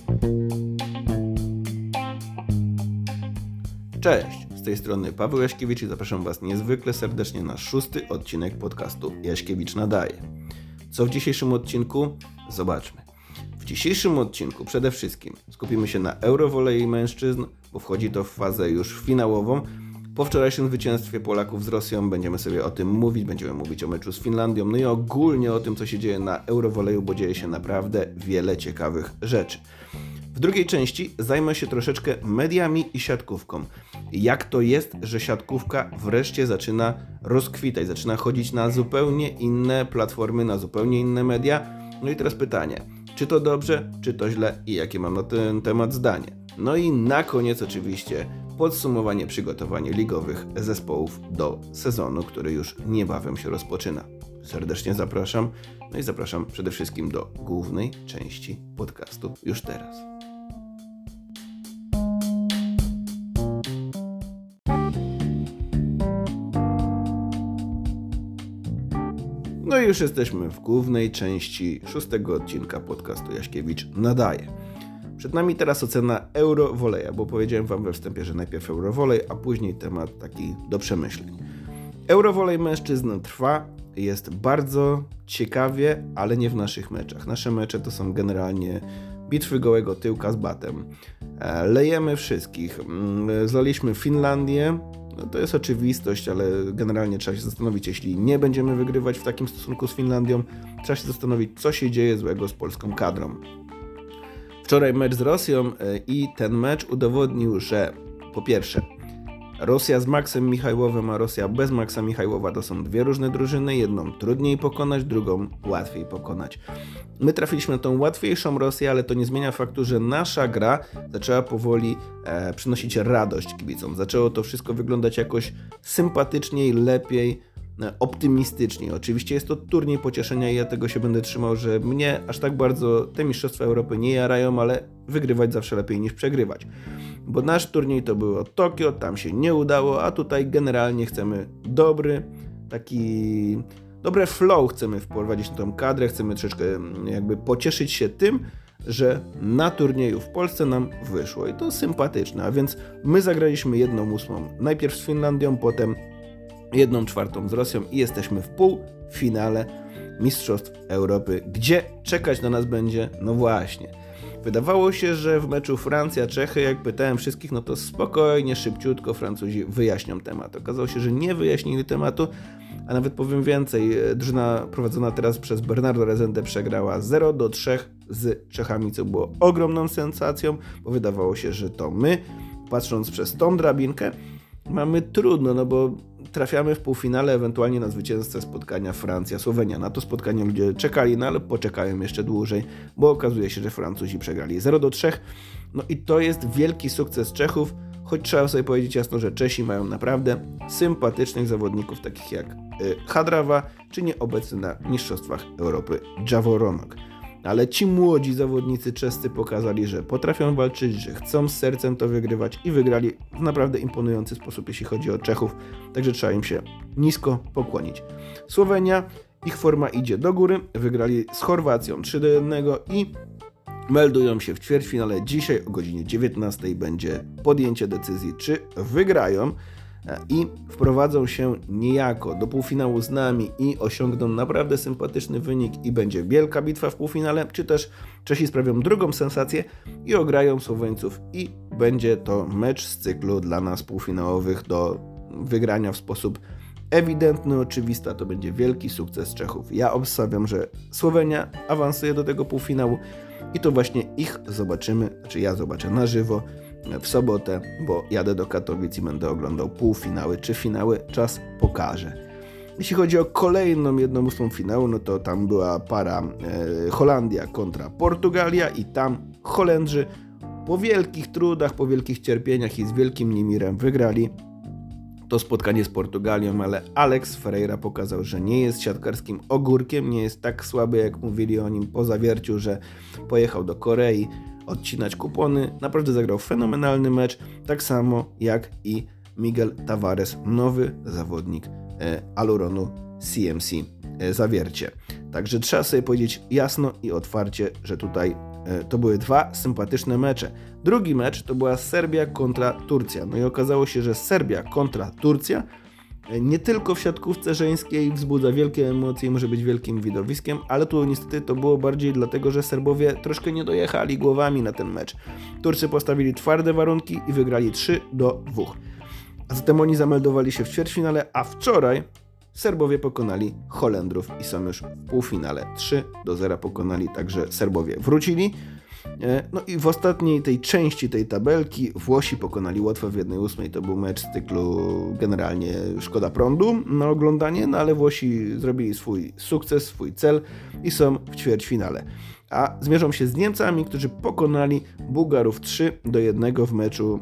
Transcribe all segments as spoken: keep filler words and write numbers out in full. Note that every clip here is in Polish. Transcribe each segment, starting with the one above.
Cześć, z tej strony Paweł Jaśkiewicz i zapraszam Was niezwykle serdecznie na szósty odcinek podcastu Jaśkiewicz Nadaje. Co w dzisiejszym odcinku? Zobaczmy. W dzisiejszym odcinku przede wszystkim skupimy się na Eurovolei mężczyzn, bo wchodzi to w fazę już finałową. Po wczorajszym zwycięstwie Polaków z Rosją będziemy sobie o tym mówić, będziemy mówić o meczu z Finlandią, no i ogólnie o tym, co się dzieje na Eurovoleju, bo dzieje się naprawdę wiele ciekawych rzeczy. W drugiej części zajmę się troszeczkę mediami i siatkówką. Jak to jest, że siatkówka wreszcie zaczyna rozkwitać, zaczyna chodzić na zupełnie inne platformy, na zupełnie inne media. No i teraz pytanie, czy to dobrze, czy to źle i jakie mam na ten temat zdanie? No i na koniec oczywiście podsumowanie przygotowań ligowych zespołów do sezonu, który już niebawem się rozpoczyna. Serdecznie zapraszam, no i zapraszam przede wszystkim do głównej części podcastu już teraz. No i już jesteśmy w głównej części szóstego odcinka podcastu Jaśkiewicz Nadaje. Przed nami teraz ocena Eurovoleja, bo powiedziałem Wam we wstępie, że najpierw Eurovolej, a później temat taki do przemyśleń. Eurovolej mężczyzn trwa, jest bardzo ciekawie, ale nie w naszych meczach. Nasze mecze to są generalnie bitwy gołego tyłka z batem. Lejemy wszystkich. Zlaliśmy Finlandię. No to jest oczywistość, ale generalnie trzeba się zastanowić, jeśli nie będziemy wygrywać w takim stosunku z Finlandią, trzeba się zastanowić, co się dzieje złego z polską kadrą. Wczoraj mecz z Rosją i ten mecz udowodnił, że po pierwsze Rosja z Maksem Michajłowem, a Rosja bez Maksa Michajłowa to są dwie różne drużyny, jedną trudniej pokonać, drugą łatwiej pokonać. My trafiliśmy na tą łatwiejszą Rosję, ale to nie zmienia faktu, że nasza gra zaczęła powoli e, przynosić radość kibicom. Zaczęło to wszystko wyglądać jakoś sympatyczniej, lepiej, e, optymistyczniej. Oczywiście jest to turniej pocieszenia i ja tego się będę trzymał, że mnie aż tak bardzo te Mistrzostwa Europy nie jarają, ale wygrywać zawsze lepiej niż przegrywać. Bo nasz turniej to było Tokio, tam się nie udało, a tutaj generalnie chcemy dobry, taki... dobre flow chcemy wprowadzić na tą kadrę, chcemy troszeczkę jakby pocieszyć się tym, że na turnieju w Polsce nam wyszło i to sympatyczne, a więc my zagraliśmy jedną ósmą, najpierw z Finlandią, potem jedną czwartą z Rosją i jesteśmy w półfinale Mistrzostw Europy, gdzie czekać na nas będzie, no właśnie. Wydawało się, że w meczu Francja-Czechy, jak pytałem wszystkich, no to spokojnie, szybciutko Francuzi wyjaśnią temat. Okazało się, że nie wyjaśnili tematu, a nawet powiem więcej, drużyna prowadzona teraz przez Bernardo Rezendę przegrała zero do trzech z Czechami, co było ogromną sensacją, bo wydawało się, że to my, patrząc przez tą drabinkę, mamy trudno, no bo trafiamy w półfinale ewentualnie na zwycięzcę spotkania Francja-Słowenia. Na to spotkanie ludzie czekali, no ale poczekają jeszcze dłużej, bo okazuje się, że Francuzi przegrali zero do trzech. No i to jest wielki sukces Czechów, choć trzeba sobie powiedzieć jasno, że Czesi mają naprawdę sympatycznych zawodników, takich jak Hadrawa, czy nieobecny na Mistrzostwach Europy Jaworonok. Ale ci młodzi zawodnicy czescy pokazali, że potrafią walczyć, że chcą z sercem to wygrywać i wygrali w naprawdę imponujący sposób, jeśli chodzi o Czechów, także trzeba im się nisko pokłonić. Słowenia, ich forma idzie do góry, wygrali z Chorwacją trzy do jednego i meldują się w ćwierćfinale. Dzisiaj o godzinie dziewiętnastej będzie podjęcie decyzji, czy wygrają i wprowadzą się niejako do półfinału z nami i osiągną naprawdę sympatyczny wynik i będzie wielka bitwa w półfinale, czy też Czesi sprawią drugą sensację i ograją Słoweńców i będzie to mecz z cyklu dla nas półfinałowych do wygrania w sposób ewidentny, oczywisty, a to będzie wielki sukces Czechów. Ja obstawiam, że Słowenia awansuje do tego półfinału i to właśnie ich zobaczymy, znaczy ja zobaczę na żywo w sobotę, bo jadę do Katowic i będę oglądał półfinały czy finały, czas pokaże. Jeśli chodzi o kolejną jedną ósmą finału, no to tam była para e, Holandia kontra Portugalia i tam Holendrzy po wielkich trudach, po wielkich cierpieniach i z wielkim niemirem wygrali to spotkanie z Portugalią, ale Alex Ferreira pokazał, że nie jest siatkarskim ogórkiem, nie jest tak słaby, jak mówili o nim po zawierciu, że pojechał do Korei odcinać kupony. Naprawdę zagrał fenomenalny mecz, tak samo jak i Miguel Tavares, nowy zawodnik e, Aluronu C M C e, Zawiercie. Także trzeba sobie powiedzieć jasno i otwarcie, że tutaj to były dwa sympatyczne mecze. Drugi mecz to była Serbia kontra Turcja. No i okazało się, że Serbia kontra Turcja nie tylko w siatkówce żeńskiej wzbudza wielkie emocje i może być wielkim widowiskiem, ale tu niestety to było bardziej dlatego, że Serbowie troszkę nie dojechali głowami na ten mecz. Turcy postawili twarde warunki i wygrali trzy do dwóch. A zatem oni zameldowali się w ćwierćfinale, a wczoraj Serbowie pokonali Holendrów i są już w półfinale. trzy do zera pokonali, także Serbowie wrócili. No i w ostatniej tej części tej tabelki Włosi pokonali Łotwę w jednej ósmej. To był mecz z cyklu generalnie szkoda prądu na oglądanie, no ale Włosi zrobili swój sukces, swój cel i są w ćwierćfinale. A zmierzą się z Niemcami, którzy pokonali Bułgarów trzy do jednego w meczu.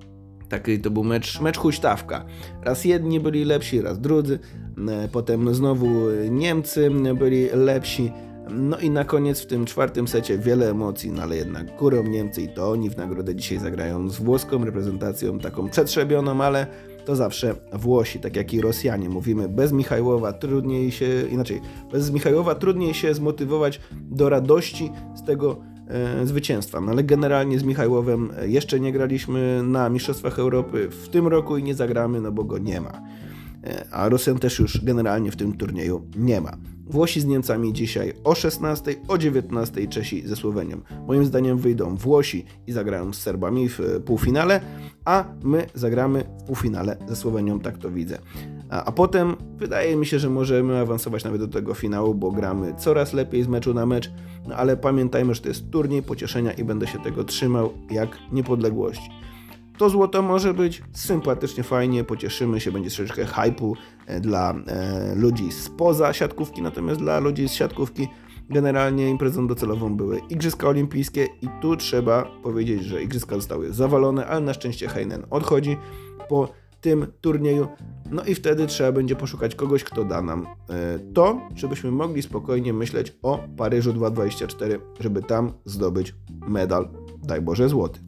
Taki to był mecz, mecz huśtawka. Raz jedni byli lepsi, raz drudzy. Potem znowu Niemcy byli lepsi. No i na koniec w tym czwartym secie wiele emocji, no ale jednak górą Niemcy i to oni w nagrodę dzisiaj zagrają z włoską reprezentacją, taką przetrzebioną, ale to zawsze Włosi, tak jak i Rosjanie. Mówimy, bez Michajłowa trudniej się, inaczej, bez Michajłowa trudniej się zmotywować do radości z tego e, zwycięstwa. No ale generalnie z Michajłowem jeszcze nie graliśmy na Mistrzostwach Europy w tym roku i nie zagramy, no bo go nie ma. E, a Rosjan też już generalnie w tym turnieju nie ma. Włosi z Niemcami dzisiaj o szesnastej, o dziewiętnastej Czesi ze Słowenią. Moim zdaniem wyjdą Włosi i zagrają z Serbami w półfinale, a my zagramy w półfinale ze Słowenią, tak to widzę. A, a potem wydaje mi się, że możemy awansować nawet do tego finału, bo gramy coraz lepiej z meczu na mecz, no ale pamiętajmy, że to jest turniej pocieszenia i będę się tego trzymał jak niepodległości. To złoto może być sympatycznie, fajnie, pocieszymy się, będzie troszeczkę hype'u dla e, ludzi spoza siatkówki, natomiast dla ludzi z siatkówki generalnie imprezą docelową były Igrzyska Olimpijskie i tu trzeba powiedzieć, że igrzyska zostały zawalone, ale na szczęście Heinen odchodzi po tym turnieju, no i wtedy trzeba będzie poszukać kogoś, kto da nam e, to, żebyśmy mogli spokojnie myśleć o Paryżu dwa tysiące dwudziestym czwartym, żeby tam zdobyć medal, daj Boże, złoty.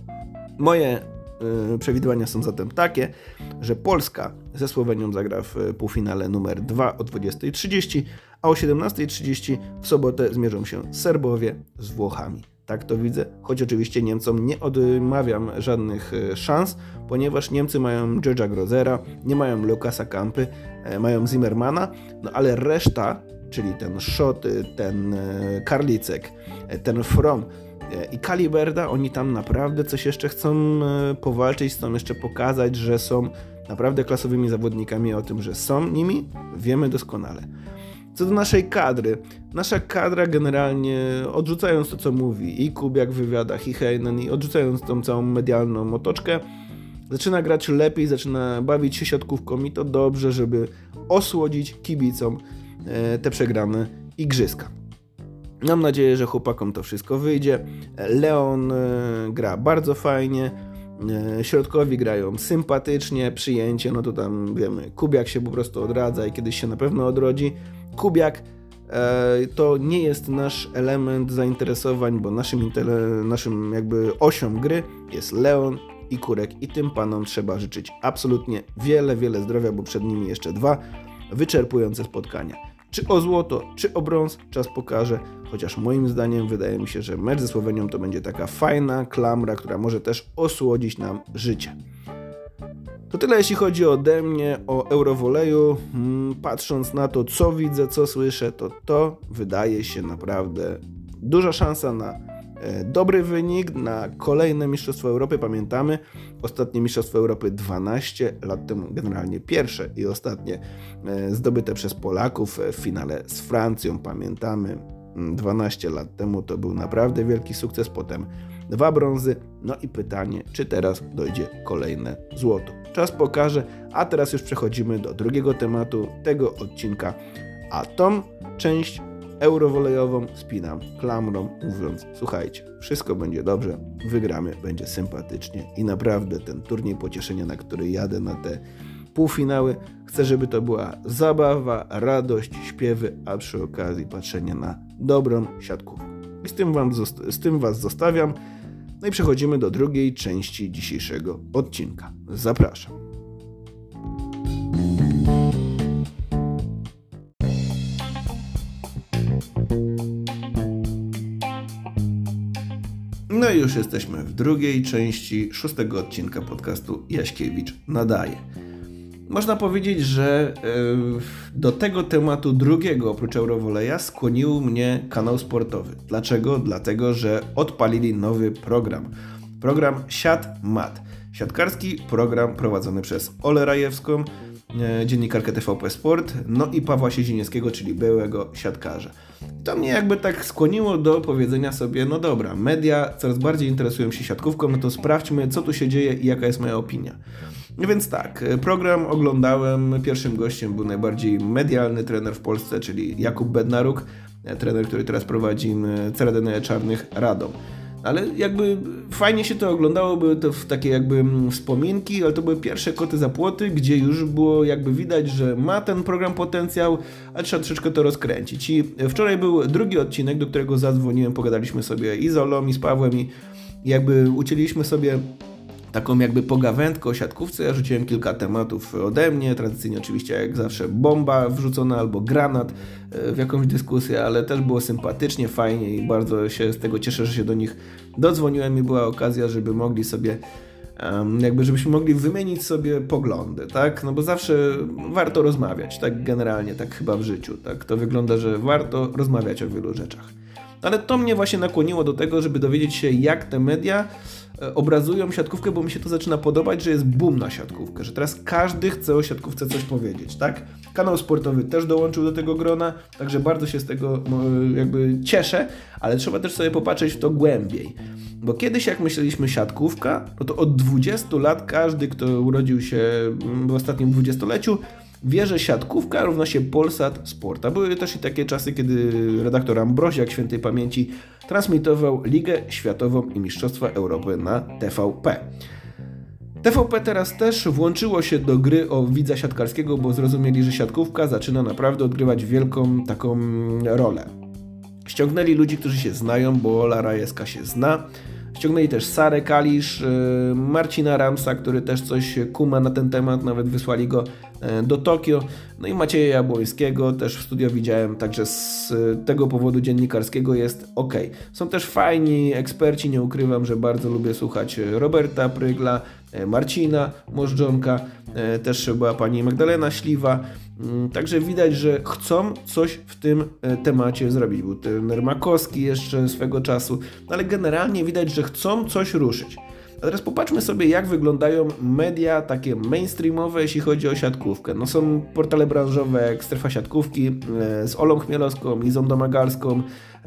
Moje przewidywania są zatem takie, że Polska ze Słowenią zagra w półfinale numer dwa o dwudziestej trzydzieści, a o siedemnastej trzydzieści w sobotę zmierzą się Serbowie z Włochami. Tak to widzę, choć oczywiście Niemcom nie odmawiam żadnych szans, ponieważ Niemcy mają George'a Grozera, nie mają Lukasa Kampy, mają Zimmermana, no ale reszta, czyli ten Schott, ten Karlicek, ten From i Kaliberda, oni tam naprawdę coś jeszcze chcą powalczyć, chcą jeszcze pokazać, że są naprawdę klasowymi zawodnikami, o tym, że są nimi, wiemy doskonale. Co do naszej kadry, nasza kadra generalnie, odrzucając to, co mówi i Kubiak w wywiadach, i Heinen, i odrzucając tą całą medialną otoczkę, zaczyna grać lepiej, zaczyna bawić się siatkówką i to dobrze, żeby osłodzić kibicom te przegrane igrzyska. Mam nadzieję, że chłopakom to wszystko wyjdzie. Leon gra bardzo fajnie, środkowi grają sympatycznie, przyjęcie, no to tam wiemy, Kubiak się po prostu odradza i kiedyś się na pewno odrodzi. Kubiak e, to nie jest nasz element zainteresowań, bo naszym, intele, naszym jakby osią gry jest Leon i Kurek i tym panom trzeba życzyć absolutnie wiele, wiele zdrowia, bo przed nimi jeszcze dwa wyczerpujące spotkania. Czy o złoto, czy o brąz, czas pokaże, chociaż moim zdaniem wydaje mi się, że mecz ze Słowenią to będzie taka fajna klamra, która może też osłodzić nam życie. To tyle jeśli chodzi ode mnie o Eurovoleju. Patrząc na to, co widzę, co słyszę, to to wydaje się naprawdę duża szansa na dobry wynik, na kolejne Mistrzostwo Europy. Pamiętamy, ostatnie Mistrzostwo Europy dwanaście lat temu, generalnie pierwsze i ostatnie zdobyte przez Polaków w finale z Francją. Pamiętamy, dwanaście lat temu to był naprawdę wielki sukces, potem dwa brązy, no i pytanie, czy teraz dojdzie kolejne złoto. Czas pokaże, a teraz już przechodzimy do drugiego tematu tego odcinka, a tą część eurowolejową spinam klamrą, mówiąc, słuchajcie, wszystko będzie dobrze, wygramy, będzie sympatycznie i naprawdę ten turniej pocieszenia, na który jadę, na te półfinały, chcę, żeby to była zabawa, radość, śpiewy, a przy okazji patrzenie na dobrą siatkówkę. I z tym, wam, z tym was zostawiam. No i przechodzimy do drugiej części dzisiejszego odcinka. Zapraszam. No i już jesteśmy w drugiej części szóstego odcinka podcastu Jaśkiewicz nadaje. Można powiedzieć, że yy, do tego tematu drugiego oprócz Eurovoleja skłonił mnie kanał sportowy. Dlaczego? Dlatego, że odpalili nowy program. Program Siat Mat. Siatkarski program prowadzony przez Olę Rajewską, yy, dziennikarkę T V P Sport, no i Pawła Siedzińskiego, czyli byłego siatkarza. To mnie jakby tak skłoniło do powiedzenia sobie, no dobra, media coraz bardziej interesują się siatkówką, no to sprawdźmy, co tu się dzieje i jaka jest moja opinia. No więc tak, program oglądałem, pierwszym gościem był najbardziej medialny trener w Polsce, czyli Jakub Bednaruk, trener, który teraz prowadzi C R D N Czarnych Radom. Ale jakby fajnie się to oglądało, były to takie jakby wspominki, ale to były pierwsze koty za płoty, gdzie już było jakby widać, że ma ten program potencjał, ale trzeba troszeczkę to rozkręcić. I wczoraj był drugi odcinek, do którego zadzwoniłem, pogadaliśmy sobie i z Olą, i z Pawłem i jakby ucięliśmy sobie taką jakby pogawędkę o siatkówce. Ja rzuciłem kilka tematów ode mnie, tradycyjnie oczywiście jak zawsze bomba wrzucona albo granat w jakąś dyskusję, ale też było sympatycznie, fajnie i bardzo się z tego cieszę, że się do nich dodzwoniłem i była okazja, żeby mogli sobie um, jakby żebyśmy mogli wymienić sobie poglądy, tak? No bo zawsze warto rozmawiać, tak generalnie, tak chyba w życiu, tak? To wygląda, że warto rozmawiać o wielu rzeczach. Ale to mnie właśnie nakłoniło do tego, żeby dowiedzieć się, jak te media obrazują siatkówkę, bo mi się to zaczyna podobać, że jest boom na siatkówkę, że teraz każdy chce o siatkówce coś powiedzieć, tak? Kanał sportowy też dołączył do tego grona, także bardzo się z tego jakby cieszę, ale trzeba też sobie popatrzeć w to głębiej. Bo kiedyś jak myśleliśmy siatkówka, no to od dwudziestu lat każdy, kto urodził się w ostatnim dwudziestoleciu, wie, że siatkówka równa się Polsat Sport. A były też i takie czasy, kiedy redaktor Ambroziak świętej pamięci transmitował Ligę Światową i Mistrzostwa Europy na T V P. T V P teraz też włączyło się do gry o widza siatkarskiego, bo zrozumieli, że siatkówka zaczyna naprawdę odgrywać wielką taką rolę. Ściągnęli ludzi, którzy się znają, bo Ola Rajewska się zna. Ściągnęli też Sarę Kalisz, Marcina Ramsa, który też coś kuma na ten temat, nawet wysłali go do Tokio. No i Macieja Jabłońskiego też w studio widziałem, także z tego powodu dziennikarskiego jest ok. Są też fajni eksperci, nie ukrywam, że bardzo lubię słuchać Roberta Prygla, Marcina Możdżonka, też była pani Magdalena Śliwa. Także widać, że chcą coś w tym temacie zrobić. Był trener Makowski jeszcze swego czasu, ale generalnie widać, że chcą coś ruszyć. A teraz popatrzmy sobie, jak wyglądają media takie mainstreamowe, jeśli chodzi o siatkówkę. No są portale branżowe jak Strefa Siatkówki z Olą Chmielowską, Izą Domagalską,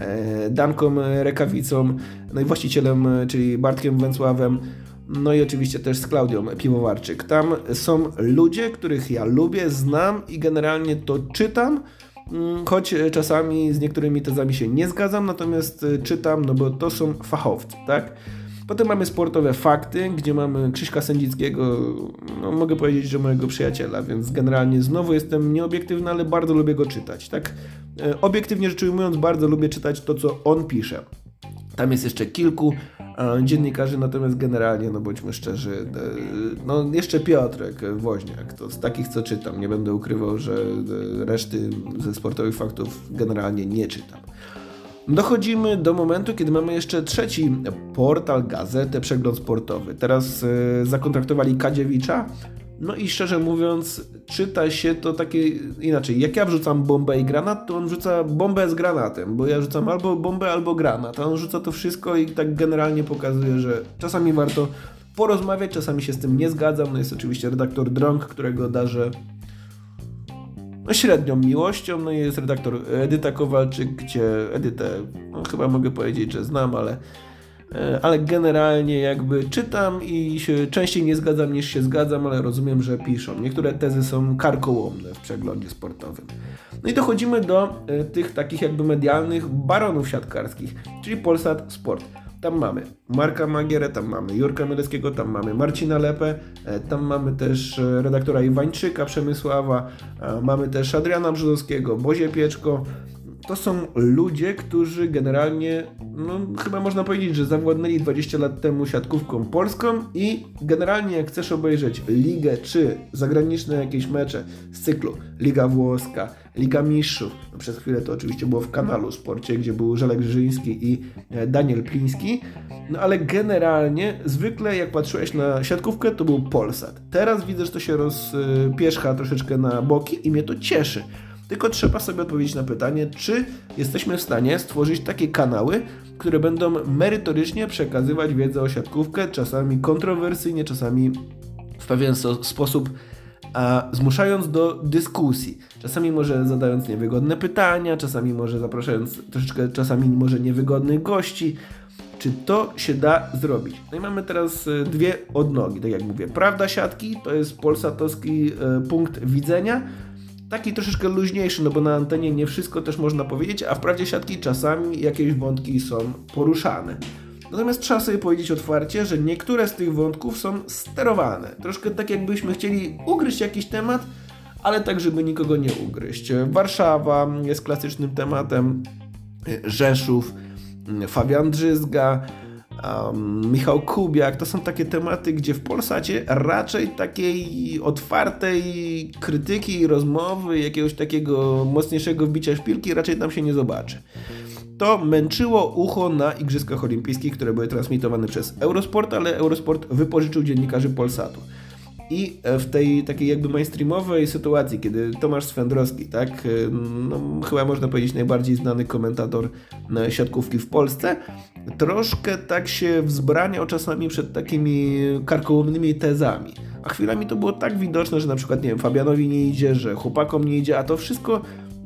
Danką Rekawicą, no i właścicielem, czyli Bartkiem Węcławem. No i oczywiście też z Klaudią Piwowarczyk. Tam są ludzie, których ja lubię, znam i generalnie to czytam, choć czasami z niektórymi tezami się nie zgadzam, natomiast czytam, no bo to są fachowcy, tak? Potem mamy sportowe fakty, gdzie mamy Krzyśka Sędzickiego, no mogę powiedzieć, że mojego przyjaciela, więc generalnie znowu jestem nieobiektywny, ale bardzo lubię go czytać, tak? Obiektywnie rzecz ujmując, bardzo lubię czytać to, co on pisze. Tam jest jeszcze kilku dziennikarzy, natomiast generalnie, no bądźmy szczerzy, no jeszcze Piotrek Woźniak, to z takich, co czytam, nie będę ukrywał, że reszty ze sportowych faktów generalnie nie czytam. Dochodzimy do momentu, kiedy mamy jeszcze trzeci portal, gazetę, przegląd sportowy. Teraz y, zakontraktowali Kadziewicza, no i szczerze mówiąc czyta się to takie inaczej. Jak ja wrzucam bombę i granat, to on wrzuca bombę z granatem, bo ja rzucam albo bombę, albo granat, a on rzuca to wszystko i tak generalnie pokazuje, że czasami warto porozmawiać, czasami się z tym nie zgadzam. No jest oczywiście redaktor Drąg, którego darzę no, średnią miłością, no i jest redaktor Edyta Kowalczyk, gdzie Edytę no, chyba mogę powiedzieć, że znam, ale, ale generalnie jakby czytam i się częściej nie zgadzam niż się zgadzam, ale rozumiem, że piszą. Niektóre tezy są karkołomne w przeglądzie sportowym. No i dochodzimy do tych takich jakby medialnych baronów siatkarskich, czyli Polsat Sport. Tam mamy Marka Magierę, tam mamy Jurka Mieleckiego, tam mamy Marcina Lepę, tam mamy też redaktora Iwańczyka, Przemysława, mamy też Adriana Brzozowskiego, Bozie Pieczko. to są ludzie, którzy generalnie, no chyba można powiedzieć, że zawładnęli dwadzieścia lat temu siatkówką polską i generalnie jak chcesz obejrzeć ligę czy zagraniczne jakieś mecze z cyklu Liga Włoska, Liga Mistrzów, no przez chwilę to oczywiście było w Kanalu Sporcie, gdzie był Żelek Żyżyński i Daniel Pliński, no ale generalnie zwykle jak patrzyłeś na siatkówkę, to był Polsat. Teraz widzę, że to się rozpierzcha troszeczkę na boki i mnie to cieszy. Tylko trzeba sobie odpowiedzieć na pytanie, czy jesteśmy w stanie stworzyć takie kanały, które będą merytorycznie przekazywać wiedzę o siatkówkę, czasami kontrowersyjnie, czasami w pewien so- sposób a, zmuszając do dyskusji. Czasami może zadając niewygodne pytania, czasami może zapraszając troszeczkę, czasami może niewygodnych gości. Czy to się da zrobić? No i mamy teraz dwie odnogi, tak jak mówię. Prawda siatki to jest polsatowski e, punkt widzenia, taki troszeczkę luźniejszy, no bo na antenie nie wszystko też można powiedzieć, a wprawdzie siatki czasami jakieś wątki są poruszane. Natomiast trzeba sobie powiedzieć otwarcie, że niektóre z tych wątków są sterowane. Troszkę tak jakbyśmy chcieli ugryźć jakiś temat, ale tak, żeby nikogo nie ugryźć. Warszawa jest klasycznym tematem, Rzeszów, Fabian Drzyzga, Um, Michał Kubiak, to są takie tematy, gdzie w Polsacie raczej takiej otwartej krytyki i rozmowy, jakiegoś takiego mocniejszego wbicia szpilki raczej tam się nie zobaczy. To męczyło ucho na Igrzyskach Olimpijskich, które były transmitowane przez Eurosport, ale Eurosport wypożyczył dziennikarzy Polsatu. I w tej takiej jakby mainstreamowej sytuacji, kiedy Tomasz Swędrowski, tak, no, chyba można powiedzieć najbardziej znany komentator siatkówki w Polsce, troszkę tak się wzbraniał czasami przed takimi karkołomnymi tezami. A chwilami to było tak widoczne, że na przykład, nie wiem, Fabianowi nie idzie, że chłopakom nie idzie, a to wszystko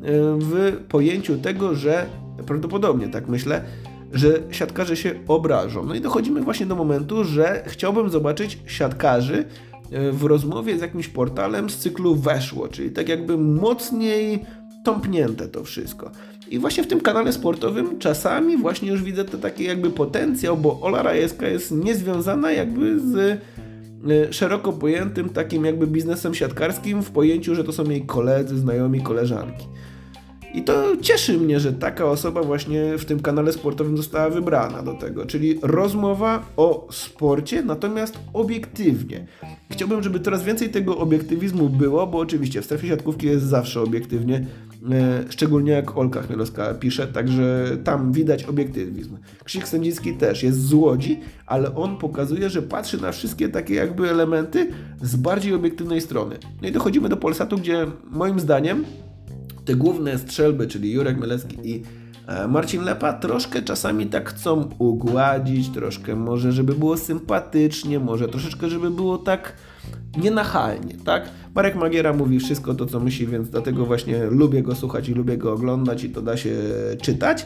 w pojęciu tego, że prawdopodobnie, tak myślę, że siatkarze się obrażą. No i dochodzimy właśnie do momentu, że chciałbym zobaczyć siatkarzy w rozmowie z jakimś portalem z cyklu Weszło, czyli tak jakby mocniej tąpnięte to wszystko. I właśnie w tym kanale sportowym czasami właśnie już widzę to taki jakby potencjał, bo Ola Rajewska jest niezwiązana jakby z szeroko pojętym takim jakby biznesem siatkarskim w pojęciu, że to są jej koledzy, znajomi, koleżanki. I to cieszy mnie, że taka osoba właśnie w tym kanale sportowym została wybrana do tego, czyli rozmowa o sporcie, natomiast obiektywnie. Chciałbym, żeby coraz więcej tego obiektywizmu było, bo oczywiście w strefie siatkówki jest zawsze obiektywnie, e, szczególnie jak Olka Chmielowska pisze, także tam widać obiektywizm. Krzysiek Sędzicki też jest z Łodzi, ale on pokazuje, że patrzy na wszystkie takie jakby elementy z bardziej obiektywnej strony. No i dochodzimy do Polsatu, gdzie moim zdaniem te główne strzelby, czyli Jurek Mylewski i Marcin Lepa, troszkę czasami tak chcą ugładzić, troszkę może, żeby było sympatycznie, może troszeczkę, żeby było tak nienachalnie, tak? Marek Magiera mówi wszystko to, co myśli, więc dlatego właśnie lubię go słuchać i lubię go oglądać i to da się czytać,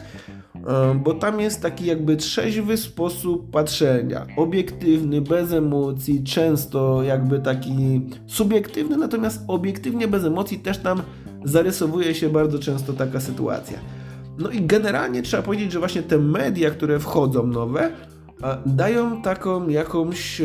bo tam jest taki jakby trzeźwy sposób patrzenia, obiektywny, bez emocji, często jakby taki subiektywny, natomiast obiektywnie bez emocji też tam zarysowuje się bardzo często taka sytuacja. No i generalnie trzeba powiedzieć, że właśnie te media, które wchodzą nowe, dają taką jakąś...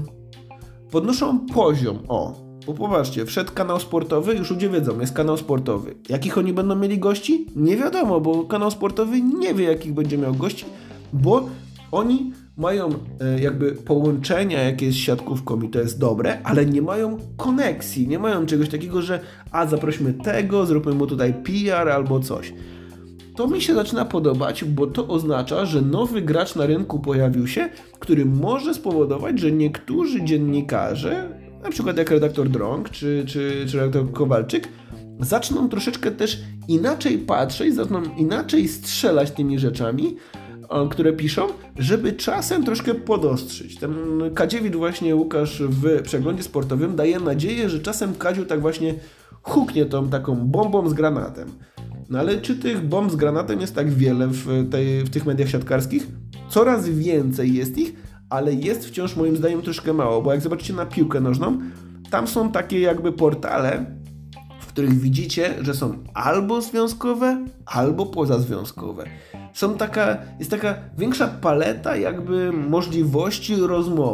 podnoszą poziom. O, bo popatrzcie, wszedł kanał sportowy, już ludzie wiedzą, jest kanał sportowy. Jakich oni będą mieli gości? Nie wiadomo, bo kanał sportowy nie wie, jakich będzie miał gości, bo oni mają e, jakby połączenia jakieś z siatkówką i to jest dobre, ale nie mają koneksji, nie mają czegoś takiego, że a zaprośmy tego, zróbmy mu tutaj P R albo coś. To mi się zaczyna podobać, bo to oznacza, że nowy gracz na rynku pojawił się, który może spowodować, że niektórzy dziennikarze, na przykład jak redaktor Drąg czy, czy, czy redaktor Kowalczyk, zaczną troszeczkę też inaczej patrzeć, zaczną inaczej strzelać tymi rzeczami, które piszą, żeby czasem troszkę podostrzyć. Ten Kadziewicz właśnie, Łukasz, w przeglądzie sportowym daje nadzieję, że czasem Kadziu tak właśnie huknie tą taką bombą z granatem. No ale czy tych bomb z granatem jest tak wiele w, tej, w tych mediach siatkarskich? Coraz więcej jest ich, ale jest wciąż moim zdaniem troszkę mało, bo jak zobaczycie na piłkę nożną, tam są takie jakby portale, w których widzicie, że są albo związkowe, albo pozazwiązkowe. Są taka, jest taka większa paleta jakby możliwości rozmowy.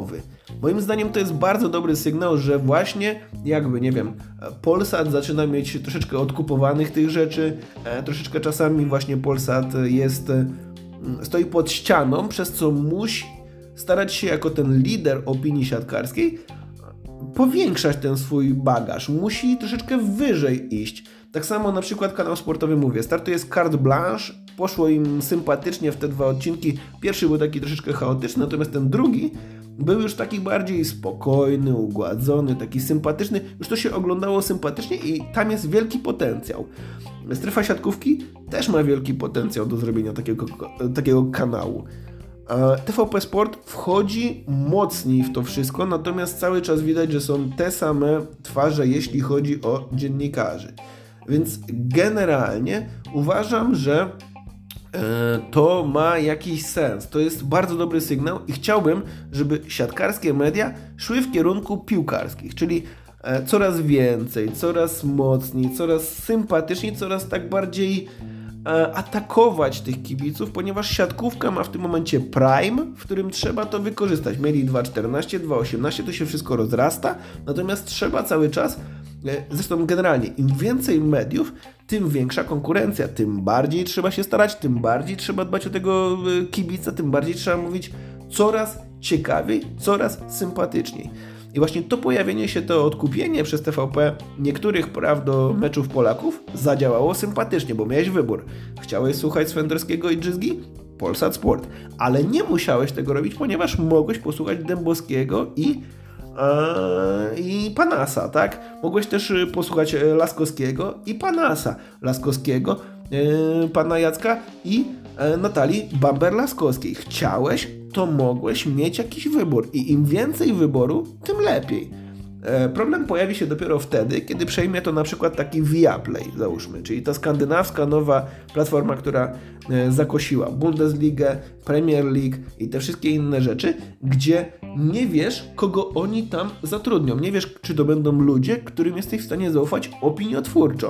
Moim zdaniem to jest bardzo dobry sygnał, że właśnie jakby, nie wiem, Polsat zaczyna mieć troszeczkę odkupowanych tych rzeczy, troszeczkę czasami właśnie Polsat jest, stoi pod ścianą, przez co musi starać się jako ten lider opinii siatkarskiej powiększać ten swój bagaż, musi troszeczkę wyżej iść. Tak samo na przykład kanał sportowy, mówię, startuje z carte blanche, poszło im sympatycznie w te dwa odcinki. Pierwszy był taki troszeczkę chaotyczny, natomiast ten drugi był już taki bardziej spokojny, ugładzony, taki sympatyczny. Już to się oglądało sympatycznie i tam jest wielki potencjał. Strefa siatkówki też ma wielki potencjał do zrobienia takiego, takiego kanału. T V P Sport wchodzi mocniej w to wszystko, natomiast cały czas widać, że są te same twarze, jeśli chodzi o dziennikarzy. Więc generalnie uważam, że to ma jakiś sens. To jest bardzo dobry sygnał i chciałbym, żeby siatkarskie media szły w kierunku piłkarskich, czyli coraz więcej, coraz mocniej, coraz sympatyczniej, coraz tak bardziej atakować tych kibiców, ponieważ siatkówka ma w tym momencie prime, w którym trzeba to wykorzystać. Mieli dwa czternaście, dwa osiemnaście, to się wszystko rozrasta, natomiast trzeba cały czas, zresztą generalnie im więcej mediów, tym większa konkurencja, tym bardziej trzeba się starać, tym bardziej trzeba dbać o tego kibica, tym bardziej trzeba mówić coraz ciekawiej, coraz sympatyczniej. I właśnie to pojawienie się, to odkupienie przez T V P niektórych praw do meczów Polaków zadziałało sympatycznie, bo miałeś wybór. Chciałeś słuchać Swędorskiego i Drzyzgi? Polsat Sport. Ale nie musiałeś tego robić, ponieważ mogłeś posłuchać Dębowskiego i, yy, i Panasa, tak? Mogłeś też posłuchać Laskowskiego i Panasa. Laskowskiego, yy, pana Jacka i yy, Natalii Bamber-Laskowskiej. Chciałeś, to mogłeś mieć jakiś wybór i im więcej wyboru, tym lepiej. E, problem pojawi się dopiero wtedy, kiedy przejmie to na przykład taki Viaplay, załóżmy, czyli ta skandynawska nowa platforma, która e, zakosiła Bundesligę, Premier League i te wszystkie inne rzeczy, gdzie nie wiesz, kogo oni tam zatrudnią. Nie wiesz, czy to będą ludzie, którym jesteś w stanie zaufać opiniotwórczo.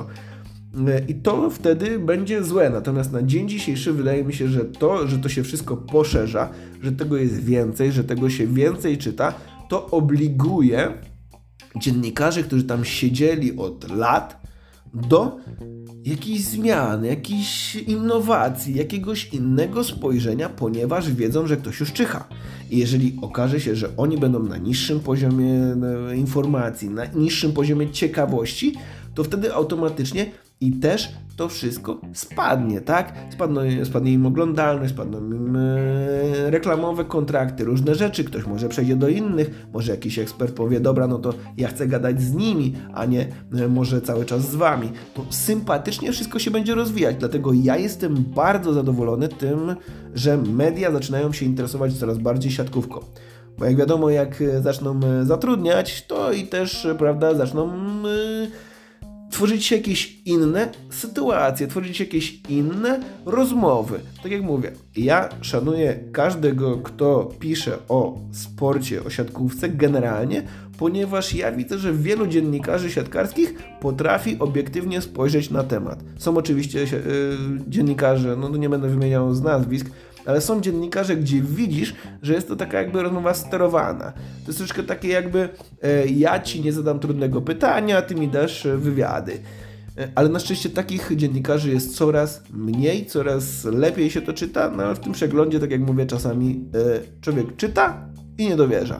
I to wtedy będzie złe. Natomiast na dzień dzisiejszy wydaje mi się, że to, że to się wszystko poszerza, że tego jest więcej, że tego się więcej czyta, to obliguje dziennikarzy, którzy tam siedzieli od lat, do jakichś zmian, jakichś innowacji, jakiegoś innego spojrzenia, ponieważ wiedzą, że ktoś już czyha. I jeżeli okaże się, że oni będą na niższym poziomie informacji, na niższym poziomie ciekawości, to wtedy automatycznie i też to wszystko spadnie, tak? Spadną, spadnie im oglądalność, spadną im e, reklamowe kontrakty, różne rzeczy, ktoś może przejdzie do innych, może jakiś ekspert powie, dobra, no to ja chcę gadać z nimi, a nie e, może cały czas z wami. To sympatycznie wszystko się będzie rozwijać, dlatego ja jestem bardzo zadowolony tym, że media zaczynają się interesować coraz bardziej siatkówką. Bo jak wiadomo, jak zaczną zatrudniać, to i też, prawda, zaczną... E, tworzyć się jakieś inne sytuacje, tworzyć jakieś inne rozmowy. Tak jak mówię, ja szanuję każdego, kto pisze o sporcie, o siatkówce generalnie, ponieważ ja widzę, że wielu dziennikarzy siatkarskich potrafi obiektywnie spojrzeć na temat. Są oczywiście yy, dziennikarze, no nie będę wymieniał z nazwisk, ale są dziennikarze, gdzie widzisz, że jest to taka jakby rozmowa sterowana. To jest troszkę takie jakby e, ja ci nie zadam trudnego pytania, ty mi dasz wywiady. E, ale na szczęście takich dziennikarzy jest coraz mniej, coraz lepiej się to czyta, no ale w tym przeglądzie, tak jak mówię, czasami e, człowiek czyta i nie dowierza.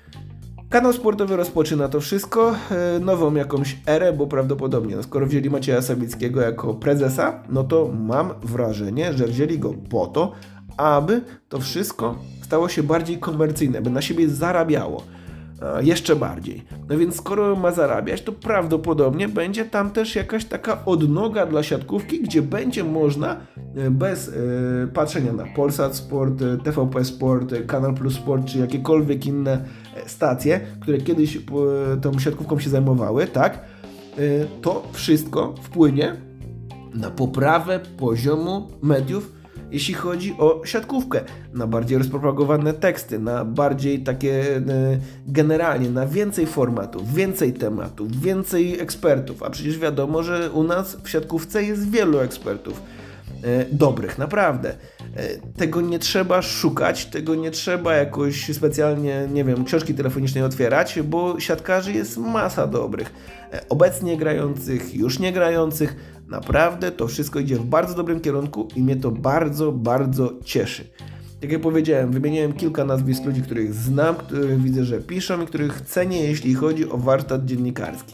Kanał sportowy rozpoczyna to wszystko, e, nową jakąś erę, bo prawdopodobnie, no skoro wzięli Macieja Sawickiego jako prezesa, no to mam wrażenie, że wzięli go po to, aby to wszystko stało się bardziej komercyjne, by na siebie zarabiało e, jeszcze bardziej. No więc skoro ma zarabiać, to prawdopodobnie będzie tam też jakaś taka odnoga dla siatkówki, gdzie będzie można e, bez e, patrzenia na Polsat Sport, e, T V P Sport, e, Kanal Plus Sport, czy jakiekolwiek inne e, stacje, które kiedyś e, tą siatkówką się zajmowały, tak, e, to wszystko wpłynie na poprawę poziomu mediów, jeśli chodzi o siatkówkę, na bardziej rozpropagowane teksty, na bardziej takie e, generalnie, na więcej formatów, więcej tematów, więcej ekspertów, a przecież wiadomo, że u nas w siatkówce jest wielu ekspertów. dobrych, naprawdę. Tego nie trzeba szukać, tego nie trzeba jakoś specjalnie, nie wiem, książki telefonicznej otwierać, bo siatkarzy jest masa dobrych. Obecnie grających, już nie grających, naprawdę to wszystko idzie w bardzo dobrym kierunku i mnie to bardzo, bardzo cieszy. Jak ja powiedziałem, wymieniłem kilka nazwisk ludzi, których znam, których widzę, że piszą i których cenię, jeśli chodzi o warsztat dziennikarski.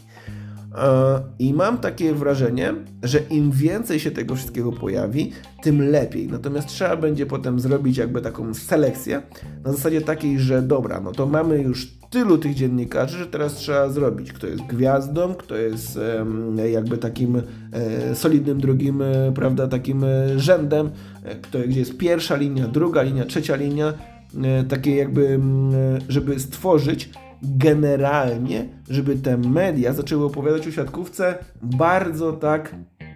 I mam takie wrażenie, że im więcej się tego wszystkiego pojawi, tym lepiej. Natomiast trzeba będzie potem zrobić jakby taką selekcję na zasadzie takiej, że dobra, no to mamy już tylu tych dziennikarzy, że teraz trzeba zrobić, kto jest gwiazdą, kto jest jakby takim solidnym drugim, prawda, takim rzędem, kto, gdzie jest pierwsza linia, druga linia, trzecia linia, takie jakby, żeby stworzyć generalnie, żeby te media zaczęły opowiadać o siatkówce bardzo tak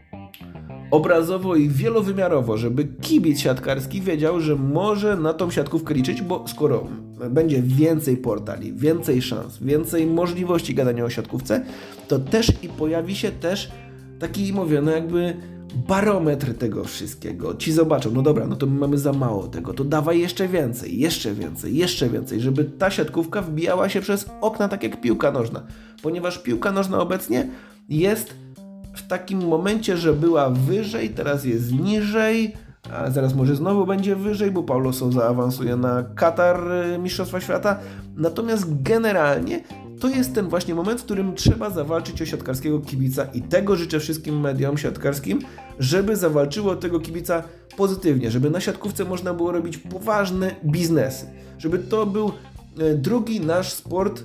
obrazowo i wielowymiarowo, żeby kibic siatkarski wiedział, że może na tą siatkówkę liczyć, bo skoro będzie więcej portali, więcej szans, więcej możliwości gadania o siatkówce, to też i pojawi się też taki, mówię, no jakby barometr tego wszystkiego. Ci zobaczą, no dobra, no to my mamy za mało tego, to dawaj jeszcze więcej, jeszcze więcej, jeszcze więcej, żeby ta siatkówka wbijała się przez okna tak jak piłka nożna. Ponieważ piłka nożna obecnie jest w takim momencie, że była wyżej, teraz jest niżej, a zaraz może znowu będzie wyżej, bo Paulo Sousa zaawansuje na Katar Mistrzostwa Świata. Natomiast generalnie to jest ten właśnie moment, w którym trzeba zawalczyć o siatkarskiego kibica i tego życzę wszystkim mediom siatkarskim, żeby zawalczyło o tego kibica pozytywnie, żeby na siatkówce można było robić poważne biznesy, żeby to był drugi nasz sport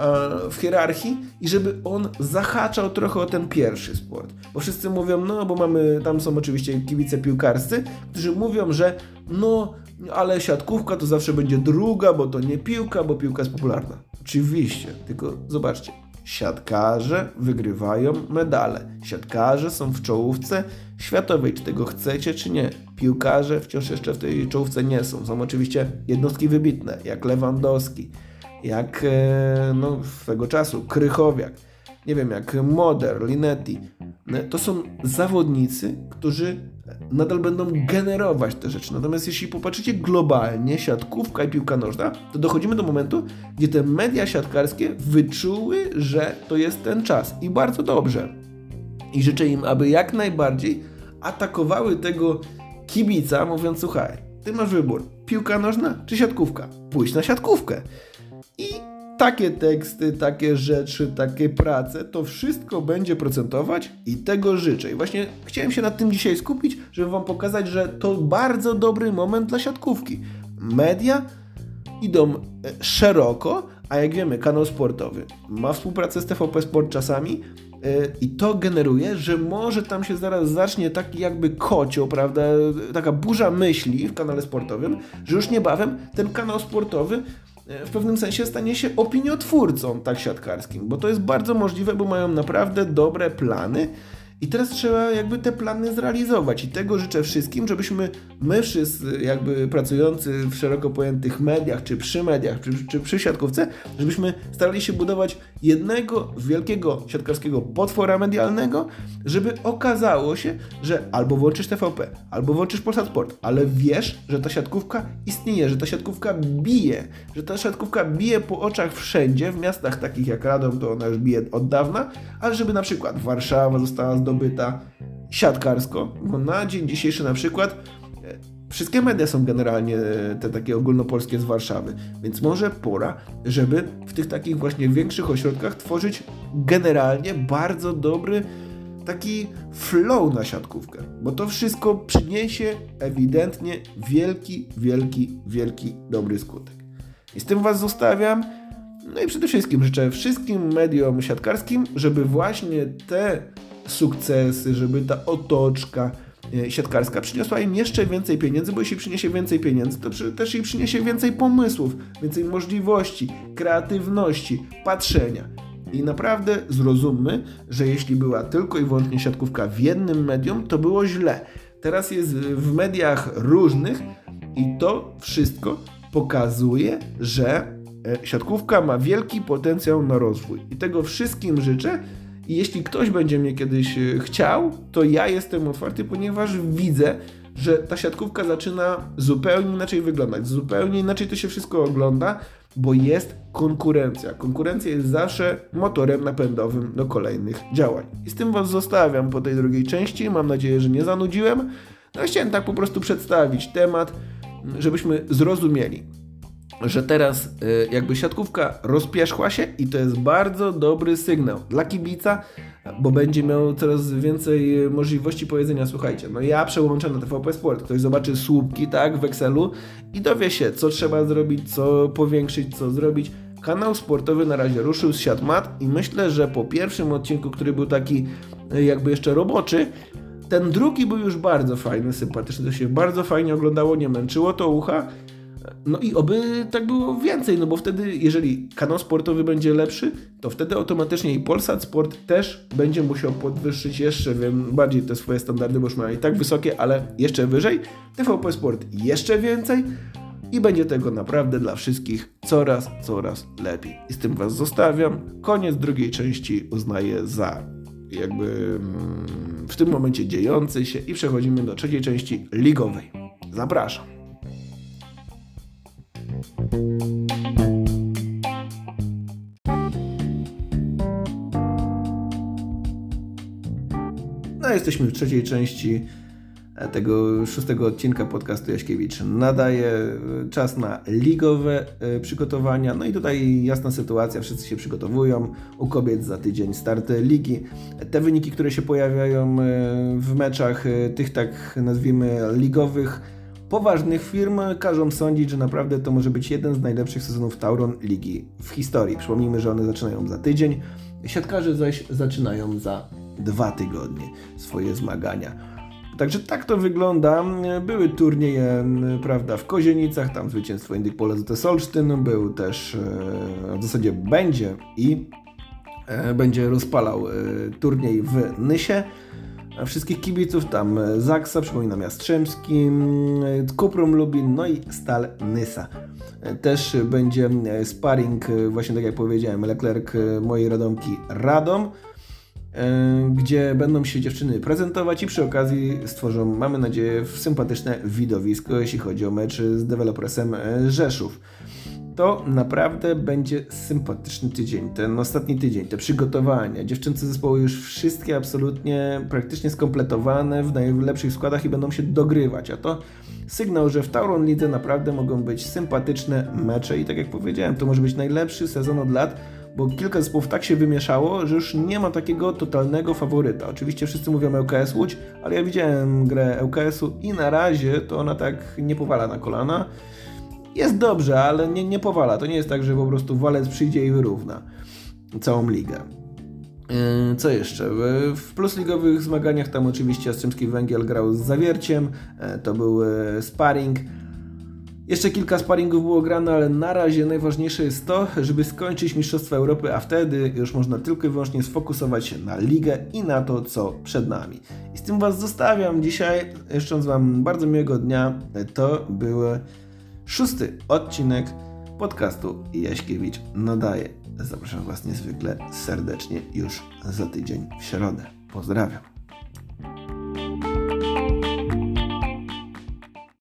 w hierarchii i żeby on zahaczał trochę o ten pierwszy sport. Bo wszyscy mówią, no bo mamy, tam są oczywiście kibice piłkarscy, którzy mówią, że no, ale siatkówka to zawsze będzie druga, bo to nie piłka, bo piłka jest popularna. Oczywiście, tylko zobaczcie, siatkarze wygrywają medale. Siatkarze są w czołówce światowej, czy tego chcecie, czy nie. Piłkarze wciąż jeszcze w tej czołówce nie są. Są oczywiście jednostki wybitne, jak Lewandowski, jak no, swego czasu Krychowiak, nie wiem, jak Moder, Linetti. To są zawodnicy, którzy nadal będą generować te rzeczy. Natomiast jeśli popatrzycie globalnie, siatkówka i piłka nożna, to dochodzimy do momentu, gdzie te media siatkarskie wyczuły, że to jest ten czas. I bardzo dobrze. I życzę im, aby jak najbardziej atakowały tego kibica, mówiąc, słuchaj, ty masz wybór, piłka nożna czy siatkówka? Pójdź na siatkówkę. I takie teksty, takie rzeczy, takie prace, to wszystko będzie procentować i tego życzę. I właśnie chciałem się nad tym dzisiaj skupić, żeby wam pokazać, że to bardzo dobry moment dla siatkówki. Media idą szeroko, a jak wiemy, kanał sportowy ma współpracę z T V P Sport czasami yy, i to generuje, że może tam się zaraz zacznie taki jakby kocioł, prawda, taka burza myśli w kanale sportowym, że już niebawem ten kanał sportowy w pewnym sensie stanie się opiniotwórcą tak siatkarskim, bo to jest bardzo możliwe, bo mają naprawdę dobre plany i teraz trzeba jakby te plany zrealizować i tego życzę wszystkim, żebyśmy my wszyscy jakby pracujący w szeroko pojętych mediach, czy przy mediach, czy, czy przy siatkówce, żebyśmy starali się budować jednego wielkiego siatkarskiego potwora medialnego, żeby okazało się, że albo włączysz T V P, albo włączysz Polsat Sport, ale wiesz, że ta siatkówka istnieje, że ta siatkówka bije, że ta siatkówka bije po oczach wszędzie, w miastach takich jak Radom to ona już bije od dawna, ale żeby na przykład Warszawa została zdobyta siatkarsko, bo na dzień dzisiejszy na przykład wszystkie media są generalnie te takie ogólnopolskie z Warszawy, więc może pora, żeby w tych takich właśnie większych ośrodkach tworzyć generalnie bardzo dobry taki flow na siatkówkę, bo to wszystko przyniesie ewidentnie wielki, wielki, wielki dobry skutek. I z tym was zostawiam. No i przede wszystkim życzę wszystkim mediom siatkarskim, żeby właśnie te sukcesy, żeby ta otoczka siatkarska przyniosła im jeszcze więcej pieniędzy, bo jeśli przyniesie więcej pieniędzy, to też jej przyniesie więcej pomysłów, więcej możliwości, kreatywności, patrzenia. I naprawdę zrozummy, że jeśli była tylko i wyłącznie siatkówka w jednym medium, to było źle. Teraz jest w mediach różnych i to wszystko pokazuje, że siatkówka ma wielki potencjał na rozwój. I tego wszystkim życzę I jeśli ktoś będzie mnie kiedyś chciał, to ja jestem otwarty, ponieważ widzę, że ta siatkówka zaczyna zupełnie inaczej wyglądać, zupełnie inaczej to się wszystko ogląda, bo jest konkurencja. Konkurencja jest zawsze motorem napędowym do kolejnych działań. I z tym Was zostawiam po tej drugiej części. Mam nadzieję, że nie zanudziłem. No chciałem tak po prostu przedstawić temat, żebyśmy zrozumieli, że teraz jakby siatkówka rozpierzchła się i to jest bardzo dobry sygnał dla kibica, bo będzie miał coraz więcej możliwości powiedzenia, słuchajcie, no ja przełączę na T V P Sport, ktoś zobaczy słupki, tak, w Excelu i dowie się, co trzeba zrobić, co powiększyć, co zrobić. Kanał sportowy na razie ruszył z siatmat i myślę, że po pierwszym odcinku, który był taki jakby jeszcze roboczy, ten drugi był już bardzo fajny, sympatyczny, to się bardzo fajnie oglądało, nie męczyło to ucha. No i oby tak było więcej, no bo wtedy, jeżeli kanał sportowy będzie lepszy, to wtedy automatycznie i Polsat Sport też będzie musiał podwyższyć jeszcze wiem, bardziej te swoje standardy, bo już mają i tak wysokie, ale jeszcze wyżej. T V P Sport jeszcze więcej i będzie tego naprawdę dla wszystkich coraz, coraz lepiej. I z tym Was zostawiam. Koniec drugiej części uznaję za jakby w tym momencie dziejący się i przechodzimy do trzeciej części ligowej. Zapraszam. No jesteśmy w trzeciej części tego szóstego odcinka podcastu Jaśkiewicz nadaje. Czas na ligowe przygotowania. No i tutaj jasna sytuacja, wszyscy się przygotowują. U kobiet za tydzień start ligi. Te wyniki, które się pojawiają w meczach tych tak nazwijmy ligowych, poważnych firm, każą sądzić, że naprawdę to może być jeden z najlepszych sezonów Tauron Ligi w historii. Przypomnijmy, że one zaczynają za tydzień, siatkarze zaś zaczynają za dwa tygodnie swoje zmagania. Także tak to wygląda. Były turnieje, prawda, w Kozienicach, tam zwycięstwo Indyk-Polo Z T Solsztyn, był też, w zasadzie będzie i będzie rozpalał turniej w Nysie. Wszystkich kibiców, tam Zaksa, przypominam Jastrzębski, Kuprum Lubin, no i Stal Nysa. Też będzie sparring, właśnie tak jak powiedziałem, Leclerc mojej Radomki Radom, gdzie będą się dziewczyny prezentować i przy okazji stworzą, mamy nadzieję, sympatyczne widowisko, jeśli chodzi o mecz z dewelopersem Rzeszów. To naprawdę będzie sympatyczny tydzień, ten ostatni tydzień, te przygotowania. Dziewczynce zespoły już wszystkie absolutnie praktycznie skompletowane w najlepszych składach i będą się dogrywać, a to sygnał, że w Tauron Lidze naprawdę mogą być sympatyczne mecze i tak jak powiedziałem, to może być najlepszy sezon od lat, bo kilka zespołów tak się wymieszało, że już nie ma takiego totalnego faworyta. Oczywiście wszyscy mówią L K S Łódź, ale ja widziałem grę L K S u i na razie to ona tak nie powala na kolana. Jest dobrze, ale nie, nie powala. To nie jest tak, że po prostu Walec przyjdzie i wyrówna całą ligę. Yy, co jeszcze? W plusligowych zmaganiach tam oczywiście Jastrzębski Węgiel grał z Zawierciem. Yy, to był yy, sparring. Jeszcze kilka sparingów było grane, ale na razie najważniejsze jest to, żeby skończyć Mistrzostwa Europy, a wtedy już można tylko i wyłącznie sfokusować się na ligę i na to, co przed nami. I z tym Was zostawiam dzisiaj, życząc Wam bardzo miłego dnia. To był szósty odcinek podcastu Jaśkiewicz nadaje. Zapraszam Was niezwykle serdecznie już za tydzień w środę. Pozdrawiam.